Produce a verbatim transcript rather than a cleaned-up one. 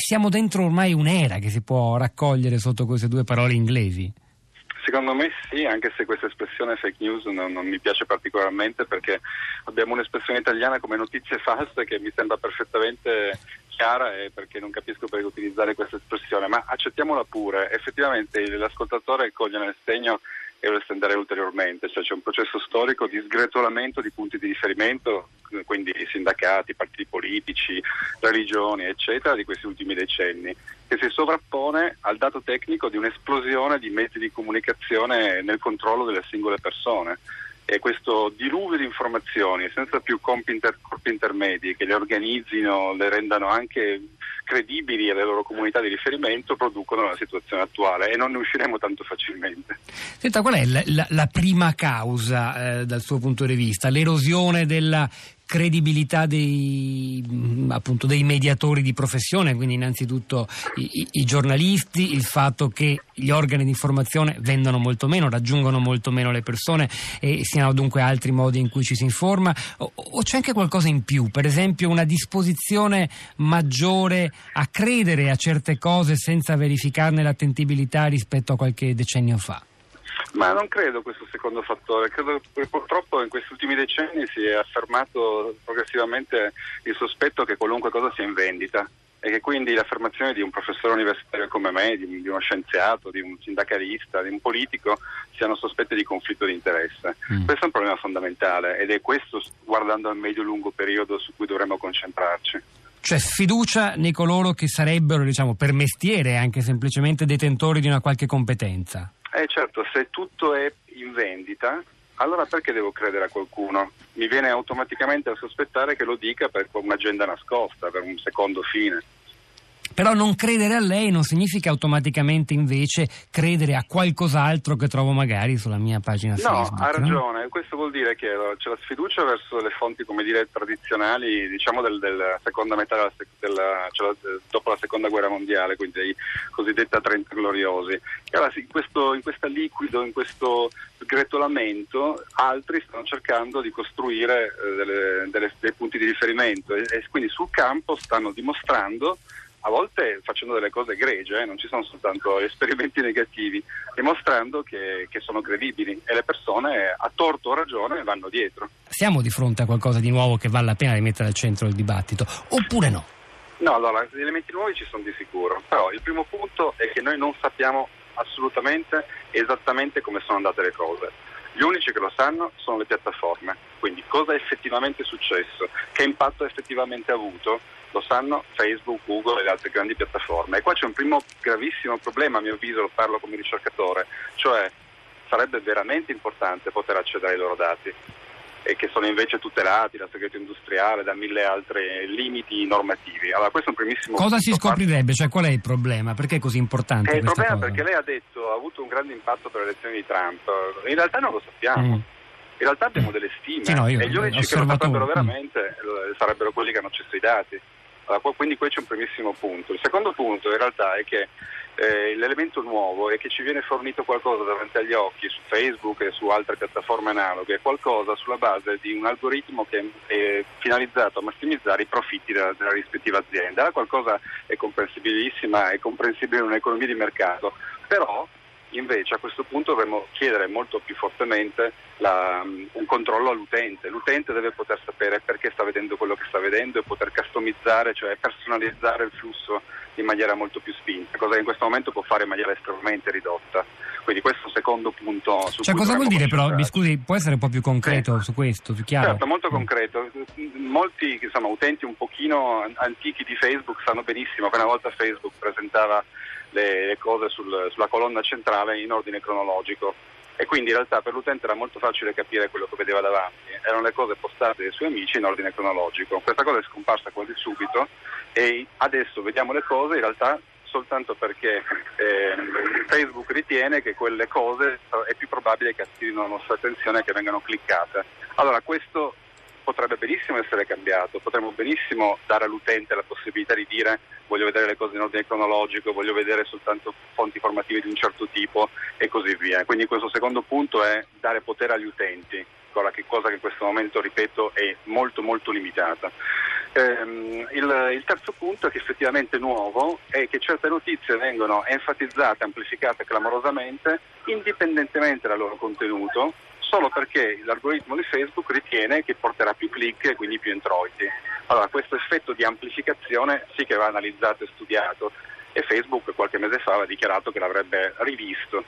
siamo dentro ormai un'era che si può raccogliere sotto queste due parole inglesi? Secondo me sì, anche se questa espressione fake news non, non mi piace particolarmente, perché abbiamo un'espressione italiana come notizie false che mi sembra perfettamente chiara, e perché non capisco perché utilizzare questa espressione, ma accettiamola pure. Effettivamente l'ascoltatore coglie nel segno e lo estenderei ulteriormente, cioè c'è un processo storico di sgretolamento di punti di riferimento, quindi sindacati, partiti politici, religioni eccetera, di questi ultimi decenni, che si sovrappone al dato tecnico di un'esplosione di mezzi di comunicazione nel controllo delle singole persone. E questo diluvio di informazioni senza più corpi, inter- corpi intermedi che le organizzino, le rendano anche credibili alle loro comunità di riferimento, producono la situazione attuale, e non ne usciremo tanto facilmente. Senta, qual è la, la, la prima causa eh, dal suo punto di vista? L'erosione della credibilità dei, appunto, dei mediatori di professione, quindi innanzitutto i, i, i giornalisti, il fatto che gli organi di informazione vendono molto meno, raggiungono molto meno le persone e siano dunque altri modi in cui ci si informa, o, o c'è anche qualcosa in più, per esempio una disposizione maggiore a credere a certe cose senza verificarne l'attendibilità rispetto a qualche decennio fa? Ma non credo questo secondo fattore, credo che purtroppo in questi ultimi decenni si è affermato progressivamente il sospetto che qualunque cosa sia in vendita, e che quindi le affermazioni di un professore universitario come me, di, di uno scienziato, di un sindacalista, di un politico siano sospette di conflitto di interesse. Mm. Questo è un problema fondamentale, ed è questo, guardando al medio-lungo periodo, su cui dovremmo concentrarci. Cioè fiducia nei coloro che sarebbero, diciamo, per mestiere anche semplicemente detentori di una qualche competenza. Eh certo, se tutto è in vendita, allora perché devo credere a qualcuno? Mi viene automaticamente a sospettare che lo dica per un'agenda nascosta, per un secondo fine. Però non credere a lei non significa automaticamente invece credere a qualcos'altro che trovo magari sulla mia pagina no, Facebook. Ha no, ha ragione. Questo vuol dire che c'è la sfiducia verso le fonti, come dire, tradizionali, diciamo del, della seconda metà della, della, cioè dopo la seconda guerra mondiale, quindi dei cosiddetti trenta gloriosi. E allora in questo, in questo liquido, in questo sgretolamento, altri stanno cercando di costruire eh, delle, delle, dei punti di riferimento, e, e quindi sul campo stanno dimostrando, a volte facendo delle cose egregie, eh, non ci sono soltanto esperimenti negativi, dimostrando che, che sono credibili, e le persone a torto o ragione vanno dietro. Siamo di fronte a qualcosa di nuovo che vale la pena di mettere al centro del dibattito, oppure no? No, allora, gli elementi nuovi ci sono di sicuro, però il primo punto è che noi non sappiamo assolutamente esattamente come sono andate le cose. Gli unici che lo sanno sono le piattaforme, quindi cosa è effettivamente successo, che impatto ha effettivamente avuto, lo sanno Facebook, Google e le altre grandi piattaforme. E qua c'è un primo gravissimo problema, a mio avviso, lo parlo come ricercatore, cioè sarebbe veramente importante poter accedere ai loro dati, e che sono invece tutelati da segreto industriale, da mille altri limiti normativi. Allora questo è un primissimo Cosa punto. si scoprirebbe? Cioè qual è il problema? Perché è così importante è questa cosa? Il problema cosa? Perché lei ha detto ha avuto un grande impatto per le elezioni di Trump. In realtà non lo sappiamo. Mm. In realtà abbiamo delle stime, sì, no, io, e gli unici che lo saprebbero veramente mm. sarebbero quelli che hanno accesso ai dati. Allora, quindi qui c'è un primissimo punto. Il secondo punto in realtà è che eh, l'elemento nuovo è che ci viene fornito qualcosa davanti agli occhi su Facebook e su altre piattaforme analoghe, qualcosa sulla base di un algoritmo che è finalizzato a massimizzare i profitti della, della rispettiva azienda. Qualcosa è comprensibilissima, è comprensibile in un'economia di mercato, però invece a questo punto dovremmo chiedere molto più fortemente la, un controllo all'utente. L'utente deve poter sapere perché sta vedendo quello che sta vedendo e poter customizzare, cioè personalizzare il flusso in maniera molto più spinta, cosa che in questo momento può fare in maniera estremamente ridotta. Quindi questo è un secondo punto su cioè cui cosa vuol dire però, mi concentrarci. scusi, può essere un po' più concreto sì. su questo, più chiaro? Certo, molto concreto. Molti insomma, utenti un pochino antichi di Facebook sanno benissimo che una volta Facebook presentava le, le cose sul, sulla colonna centrale in ordine cronologico, e quindi in realtà per l'utente era molto facile capire quello che vedeva davanti, erano le cose postate dai suoi amici in ordine cronologico. Questa cosa è scomparsa quasi subito, e adesso vediamo le cose in realtà soltanto perché eh, Facebook ritiene che quelle cose è più probabile che attirino la nostra attenzione e che vengano cliccate. Allora questo potrebbe benissimo essere cambiato, potremmo benissimo dare all'utente la possibilità di dire voglio vedere le cose in ordine cronologico, voglio vedere soltanto fonti informative di un certo tipo e così via. Quindi questo secondo punto è dare potere agli utenti, cosa che in questo momento, ripeto, è molto molto limitata. Ehm, il, il terzo punto, che effettivamente è nuovo, è che certe notizie vengono enfatizzate, amplificate clamorosamente, indipendentemente dal loro contenuto, solo perché l'algoritmo di Facebook ritiene che porterà più click e quindi più introiti. Allora, questo effetto di amplificazione sì che va analizzato e studiato, e Facebook qualche mese fa aveva dichiarato che l'avrebbe rivisto.